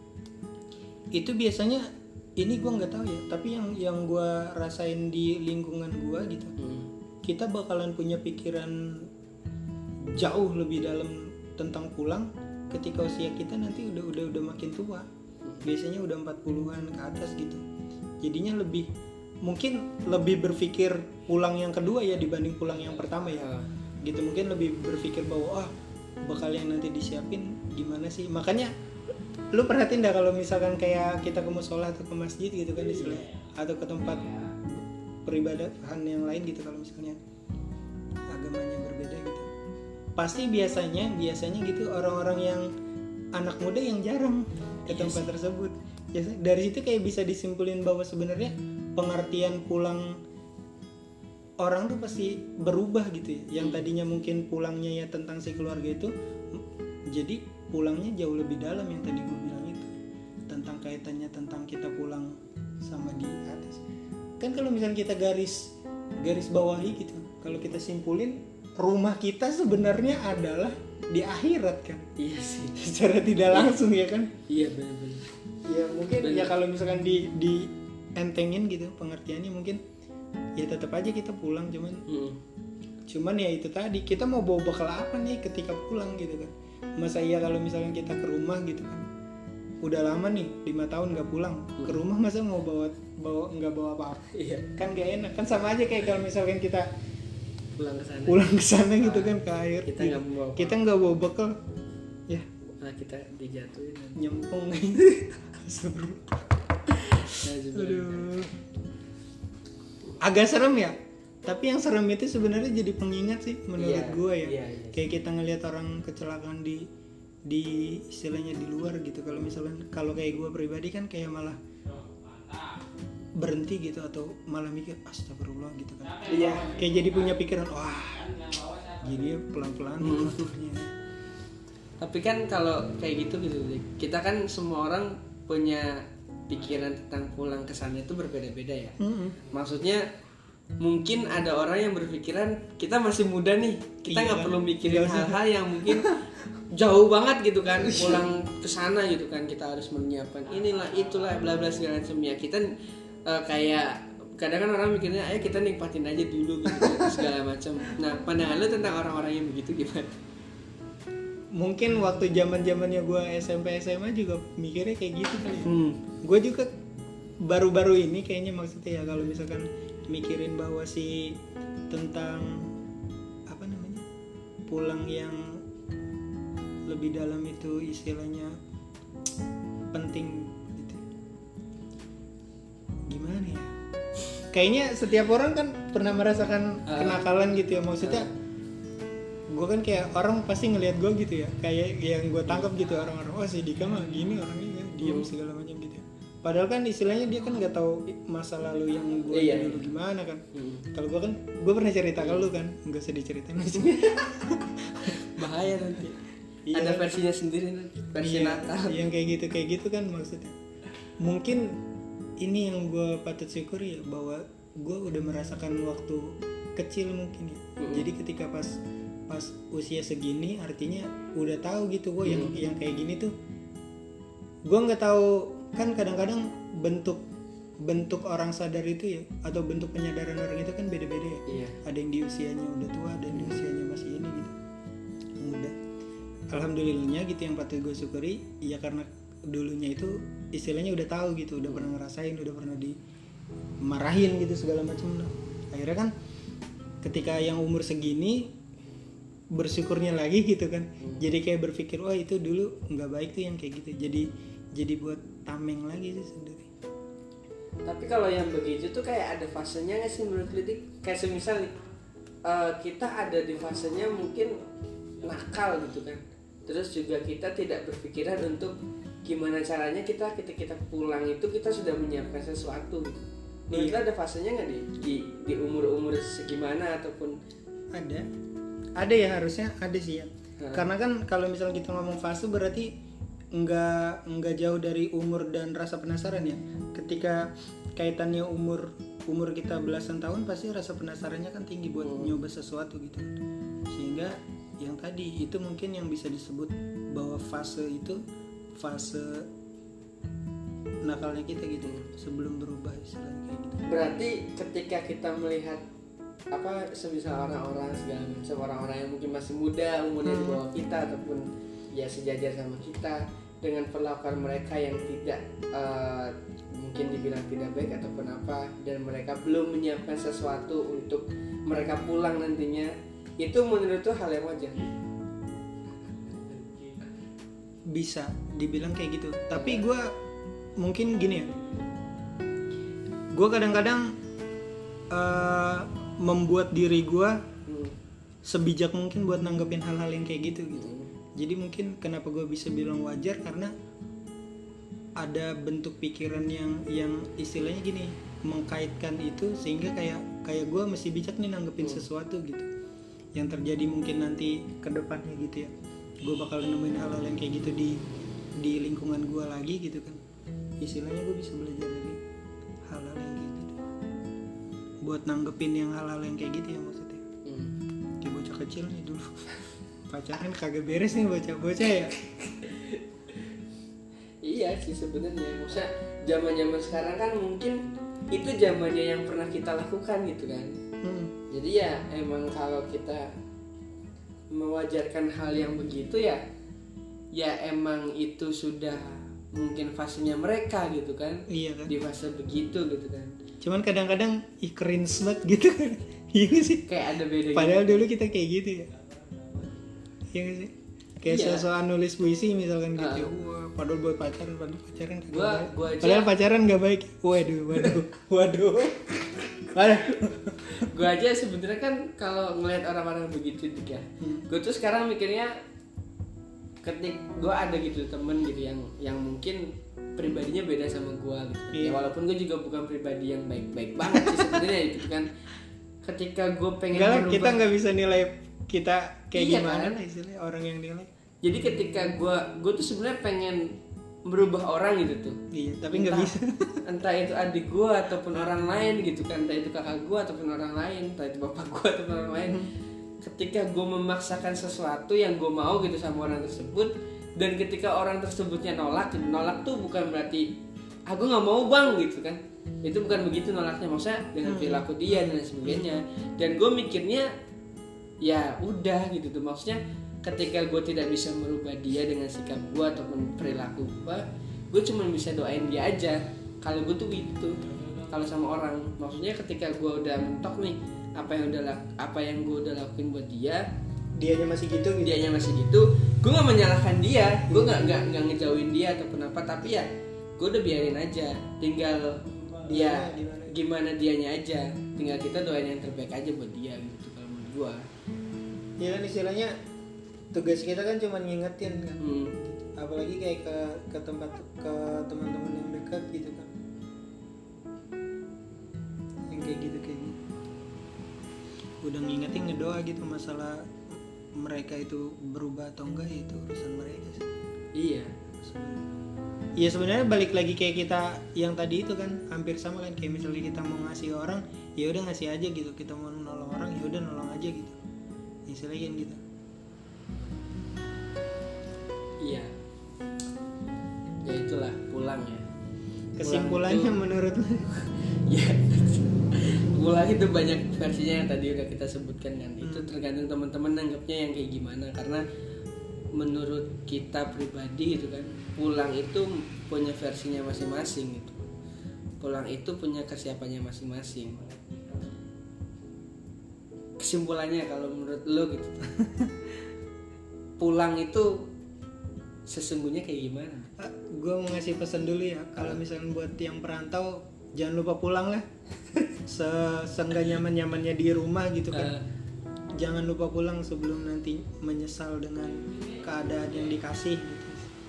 Speaker 2: Itu biasanya ini gue nggak tahu ya, tapi yang gue rasain di lingkungan gue gitu, kita bakalan punya pikiran jauh lebih dalam tentang pulang ketika usia kita nanti udah makin tua, biasanya udah 40-an ke atas gitu. Jadinya mungkin lebih berpikir pulang yang kedua ya dibanding pulang yang pertama ya. Gitu, mungkin lebih berpikir bahwa bakal yang nanti disiapin gimana sih. Makanya lu perhatiin dah kalau misalkan kayak kita ke musola atau ke masjid gitu kan istilahnya, atau ke tempat peribadahan yang lain gitu, kalau misalnya agamanya berbeda gitu, pasti biasanya gitu orang-orang yang anak muda yang jarang ke tempat tersebut. Dari situ kayak bisa disimpulin bahwa sebenarnya pengertian pulang orang tuh pasti berubah gitu ya. Yang tadinya mungkin pulangnya ya tentang si keluarga itu, jadi pulangnya jauh lebih dalam yang tadi gue bilang itu, tentang kaitannya tentang kita pulang sama di atas. Kan kalau misalnya kita garis bawahi gitu, kalau kita simpulin, rumah kita sebenarnya adalah di akhirat kan.
Speaker 1: Iya sih.
Speaker 2: Secara tidak langsung ya kan.
Speaker 1: Iya benar-benar.
Speaker 2: Ya mungkin bener. Ya kalau misalkan di entengin gitu pengertiannya, mungkin ya tetap aja kita pulang, cuman ya itu tadi, kita mau bawa bekal apa nih ketika pulang gitu kan. Masa iya kalau misalkan kita ke rumah gitu kan, udah lama nih 5 tahun nggak pulang ke rumah, masa mau bawa nggak bawa apa-apa?
Speaker 1: Iya.
Speaker 2: Kan gak enak kan, sama aja kayak kalau misalkan kita
Speaker 1: pulang ke sana
Speaker 2: gitu kan ke air, kita nggak bawa bekal ya,
Speaker 1: nah kita dijatuhin
Speaker 2: nyempung. Aduh, agak serem ya, tapi yang serem itu sebenarnya jadi pengingat sih menurut gue ya. Kayak kita ngelihat orang kecelakaan di istilahnya di luar gitu. Kalau misalnya kalau kayak gue pribadi kan kayak malah berhenti gitu, atau malah mikir astagfirullah gitu kan. Iya. Kayak jadi punya pikiran, wah, jadi pelan-pelan motornya.
Speaker 1: Tapi kan kalau kayak gitu kita kan semua orang punya pikiran tentang pulang ke sana itu berbeda-beda ya. Maksudnya mungkin ada orang yang berpikiran kita masih muda nih, kita nggak perlu mikirin hal-hal yang mungkin jauh banget gitu kan, pulang ke sana gitu kan, kita harus menyiapkan inilah itulah bla bla segala macam ya. Kita kayak kadang kan orang mikirnya ayo kita nikmatin aja dulu gitu segala macam. Nah, pandangan lu tentang orang-orang yang begitu gimana?
Speaker 2: Mungkin waktu zamannya gue SMP SMA juga mikirnya kayak gitu kali ya. Gue juga baru-baru ini kayaknya, maksudnya ya kalau misalkan mikirin bahwa si tentang apa namanya pulang yang lebih dalam itu istilahnya penting gitu. Gimana ya? Kayaknya setiap orang kan pernah merasakan kenakalan gitu ya, maksudnya. Gue kan kayak orang pasti ngelihat gue gitu ya, kayak yang gue tangkap gitu orang-orang, wah si Dika mah gini orangnya ya, diem segala macam gitu ya. Padahal kan istilahnya dia kan nggak tahu masa lalu yang gue dulu gimana kan. Kalau gue pernah cerita ke lu kan, nggak usah diceritain aja.
Speaker 1: Bahaya nanti. Ada versinya sendiri nanti, versi nakal.
Speaker 2: Yang kayak gitu kan maksudnya. Mungkin ini yang gue patut syukuri ya, bahwa gue udah merasakan waktu kecil mungkin ya. Jadi ketika pas usia segini artinya udah tahu gitu gue yang kayak gini tuh gue nggak tahu kan. Kadang-kadang bentuk orang sadar itu ya, atau bentuk penyadaran orang itu kan beda-beda ya. Ada yang di usianya udah tua, ada yang di usianya masih ini gitu muda. Alhamdulillahnya gitu yang patut gue syukuri ya, karena dulunya itu istilahnya udah tahu gitu, udah pernah ngerasain, udah pernah dimarahin gitu segala macam. Akhirnya kan ketika yang umur segini bersyukurnya lagi gitu kan, jadi kayak berpikir wah itu dulu nggak baik tuh yang kayak gitu, jadi buat tameng lagi sih sendiri.
Speaker 1: Tapi kalau yang begitu tuh kayak ada fasenya nggak sih menurut Lidik? Kayak semisal kita ada di fasenya mungkin nakal gitu kan, Terus juga kita tidak berpikiran untuk gimana caranya kita ketika kita pulang itu kita sudah menyiapkan sesuatu. Menurut lo ada fasenya nggak di umur segimana ataupun
Speaker 2: ada ya, harusnya ada sih ya. Karena kan kalau misalnya kita ngomong fase berarti nggak jauh dari umur dan rasa penasaran ya. Ketika kaitannya umur kita belasan tahun, pasti rasa penasarannya kan tinggi buat nyoba sesuatu gitu. Sehingga yang tadi itu mungkin yang bisa disebut bahwa fase itu fase nakalnya kita gitu, sebelum berubah istilahnya kayak gitu.
Speaker 1: Berarti ketika kita melihat semisal orang-orang segala macam, orang-orang yang mungkin masih muda umurnya di bawah kita ataupun ya sejajar sama kita, dengan perlakuan mereka yang tidak mungkin dibilang tidak baik ataupun apa, dan mereka belum menyiapkan sesuatu untuk mereka pulang nantinya, itu menurut tuh hal yang wajar.
Speaker 2: Bisa dibilang kayak gitu. Tapi gue mungkin gini ya, gue kadang-kadang membuat diri gue sebijak mungkin buat nanggepin hal-hal yang kayak gitu. Jadi mungkin kenapa gue bisa bilang wajar, karena ada bentuk pikiran yang istilahnya gini, mengkaitkan itu sehingga kayak gue mesti bijak nih nanggepin sesuatu gitu yang terjadi mungkin nanti ke depannya gitu ya. Gue bakal nemuin hal-hal yang kayak gitu di lingkungan gue lagi gitu kan. Istilahnya gue bisa belajar dari hal-hal yang kayak gitu buat nanggepin yang hal-hal yang kayak gitu ya maksudnya. Kayak bocah kecil nih dulu pacaran kagak beres nih bocah-bocah ya.
Speaker 1: Iya sih sebenarnya, maksudnya zaman-zaman sekarang kan mungkin itu zamannya yang pernah kita lakukan gitu kan. Jadi ya emang kalau kita mewajarkan hal yang begitu ya emang itu sudah mungkin fasenya mereka gitu kan.
Speaker 2: Iya kan.
Speaker 1: Di fase begitu gitu kan.
Speaker 2: Cuman kadang-kadang cringe banget gitu kan. Iya gak sih?
Speaker 1: Kayak ada beda.
Speaker 2: Padahal
Speaker 1: gitu.
Speaker 2: dulu kita kayak gitu ya. Iya gak sih? Kayak so-soan nulis puisi misalkan gitu. Wah, padahal buat pacaran
Speaker 1: gua aja,
Speaker 2: padahal pacaran gak baik. Waduh.
Speaker 1: Gue aja sebenarnya kan kalau ngelihat orang-orang begitu ya, gue tuh sekarang mikirnya ketik gue ada gitu temen gitu yang mungkin pribadinya beda sama gue gitu. Ya walaupun gue juga bukan pribadi yang baik-baik banget sih sebenarnya gitu kan. Ketika gue pengen
Speaker 2: berubah, kita nggak bisa nilai kita kayak gimana
Speaker 1: kan?
Speaker 2: Istilahnya orang yang nilai.
Speaker 1: Jadi ketika gue tuh sebenarnya pengen merubah orang gitu tuh.
Speaker 2: Iya, tapi nggak bisa.
Speaker 1: Entah itu adik gue ataupun orang lain gitu kan, entah itu kakak gue ataupun orang lain, entah itu bapak gue ataupun orang lain. Ketika gue memaksakan sesuatu yang gue mau gitu sama orang tersebut, dan ketika orang tersebutnya nolak tuh bukan berarti aku nggak mau bang gitu kan. Itu bukan begitu nolaknya, maksudnya dengan perilaku dia dan sebagainya. Dan gue mikirnya ya udah gitu tuh, maksudnya ketika gue tidak bisa merubah dia dengan sikap gue ataupun perilaku gue cuma bisa doain dia aja. Kalau gue tuh gitu kalau sama orang, maksudnya ketika gue udah mentok nih apa yang gue udah lakuin buat dianya masih gitu, gue nggak menyalahkan dia, gue nggak ngejauhin dia ataupun apa, tapi ya gue udah biarin aja, tinggal dia gimana dianya aja, tinggal kita doain yang terbaik aja buat dia gitu kalau menurut gue.
Speaker 2: Ya kan istilahnya tugas kita kan cuma ngingetin kan, apalagi kayak ke teman-teman yang dekat gitu kan, yang kayak gitu udah ngingetin, ngedoa gitu. Masalah mereka itu berubah atau enggak itu urusan mereka sih.
Speaker 1: Iya.
Speaker 2: Iya sebenarnya balik lagi kayak kita yang tadi itu kan hampir sama kan, kayak misalnya kita mau ngasih orang ya udah ngasih aja gitu, kita mau nolong orang ya udah nolong aja gitu, istilahnya kan gitu.
Speaker 1: Iya. Ya itulah pulang ya.
Speaker 2: Kesimpulannya
Speaker 1: pulang
Speaker 2: menurut lu?
Speaker 1: Ya. Pulang itu banyak versinya yang tadi udah kita sebutkan kan. Itu tergantung teman-teman nanggapnya yang kayak gimana, karena menurut kita pribadi gitu kan, pulang itu punya versinya masing-masing gitu. Pulang itu punya kesiapannya masing-masing. Kesimpulannya kalau menurut lo gitu. Pulang itu sesungguhnya kayak gimana?
Speaker 2: Gue mau ngasih pesan dulu ya, kalau misalnya buat yang perantau jangan lupa pulang lah. Seenggak nyaman-nyamannya di rumah gitu kan. jangan lupa pulang sebelum nanti menyesal dengan keadaan yang dikasih gitu.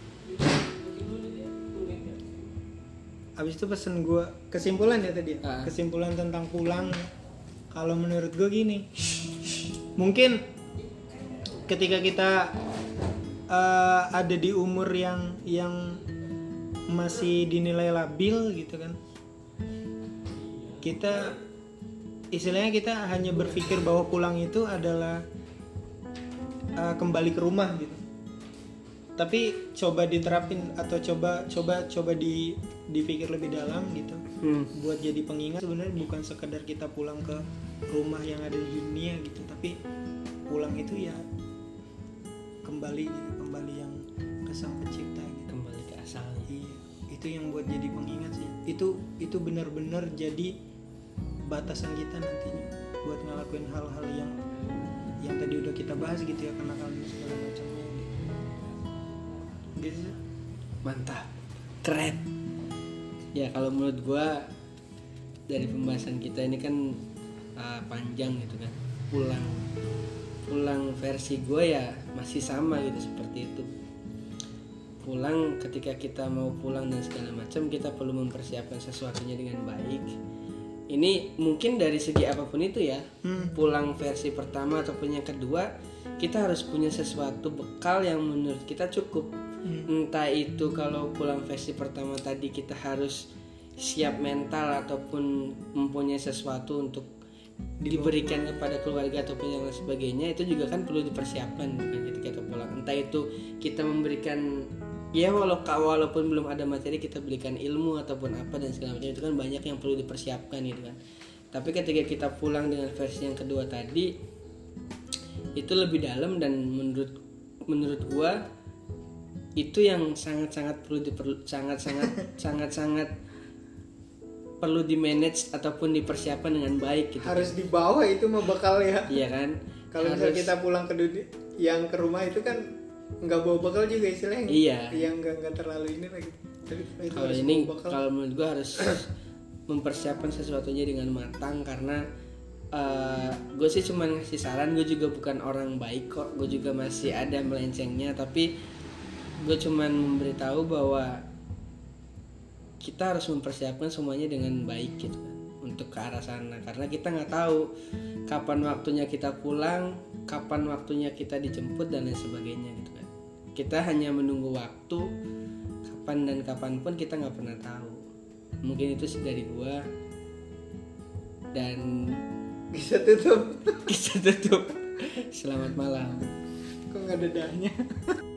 Speaker 2: Abis itu pesan gue kesimpulan ya tadi ya? Kesimpulan tentang pulang, kalau menurut gue gini, mungkin ketika kita ada di umur yang masih dinilai labil gitu kan, kita istilahnya kita hanya berpikir bahwa pulang itu adalah kembali ke rumah gitu. Tapi coba diterapin atau coba dipikir lebih dalam gitu. Buat jadi pengingat sebenarnya bukan sekedar kita pulang ke rumah yang ada di dunia gitu, tapi pulang itu ya kembali yang ke Sang Pencipta gitu.
Speaker 1: Kembali ke asalnya.
Speaker 2: Iya, itu yang buat jadi pengingat sih. Itu benar-benar jadi batasan kita nantinya buat ngelakuin hal-hal yang tadi udah kita bahas gitu ya, kenakalan segala macamnya gitu.
Speaker 1: Mantap, keren. Ya kalau menurut gua dari pembahasan kita ini kan panjang gitu kan. Pulang versi gua ya masih sama gitu, seperti itu. Pulang, ketika kita mau pulang dan segala macam, kita perlu mempersiapkan sesuatunya dengan baik. Ini mungkin dari segi apapun itu ya. Pulang versi pertama ataupun yang kedua, kita harus punya sesuatu bekal yang menurut kita cukup. Entah itu kalau pulang versi pertama tadi kita harus siap mental ataupun mempunyai sesuatu untuk diberikan kepada keluarga ataupun yang lain sebagainya, itu juga kan perlu dipersiapkan ketika kita pulang. Entah itu kita memberikan, ya walaupun belum ada materi, kita berikan ilmu ataupun apa dan segala macam, itu kan banyak yang perlu dipersiapkan gitu kan. Tapi ketika kita pulang dengan versi yang kedua tadi, itu lebih dalam dan menurut gua itu yang sangat perlu di manage ataupun dipersiapkan dengan baik gitu.
Speaker 2: Harus dibawa itu mah bekal ya.
Speaker 1: Iya kan?
Speaker 2: Kalau misalnya kita pulang ke dunia, yang ke rumah itu kan nggak bawa bekal juga istilahnya.
Speaker 1: Iya.
Speaker 2: Yang nggak terlalu ini lagi.
Speaker 1: Kalau ini kalau menurut gua harus mempersiapkan sesuatunya dengan matang, karena gue sih cuma ngasih saran, gue juga bukan orang baik kok, gue juga masih ada melencengnya, tapi gue cuma memberitahu bahwa kita harus mempersiapkan semuanya dengan baik gitu kan, untuk ke arah sana, karena kita nggak tahu kapan waktunya kita pulang, kapan waktunya kita dijemput dan lain sebagainya gitu kan. Kita hanya menunggu waktu, kapan dan kapanpun kita nggak pernah tahu. Mungkin itu sih dari gue. Dan
Speaker 2: bisa tutup.
Speaker 1: Selamat malam.
Speaker 2: Kok nggak ada dahnya?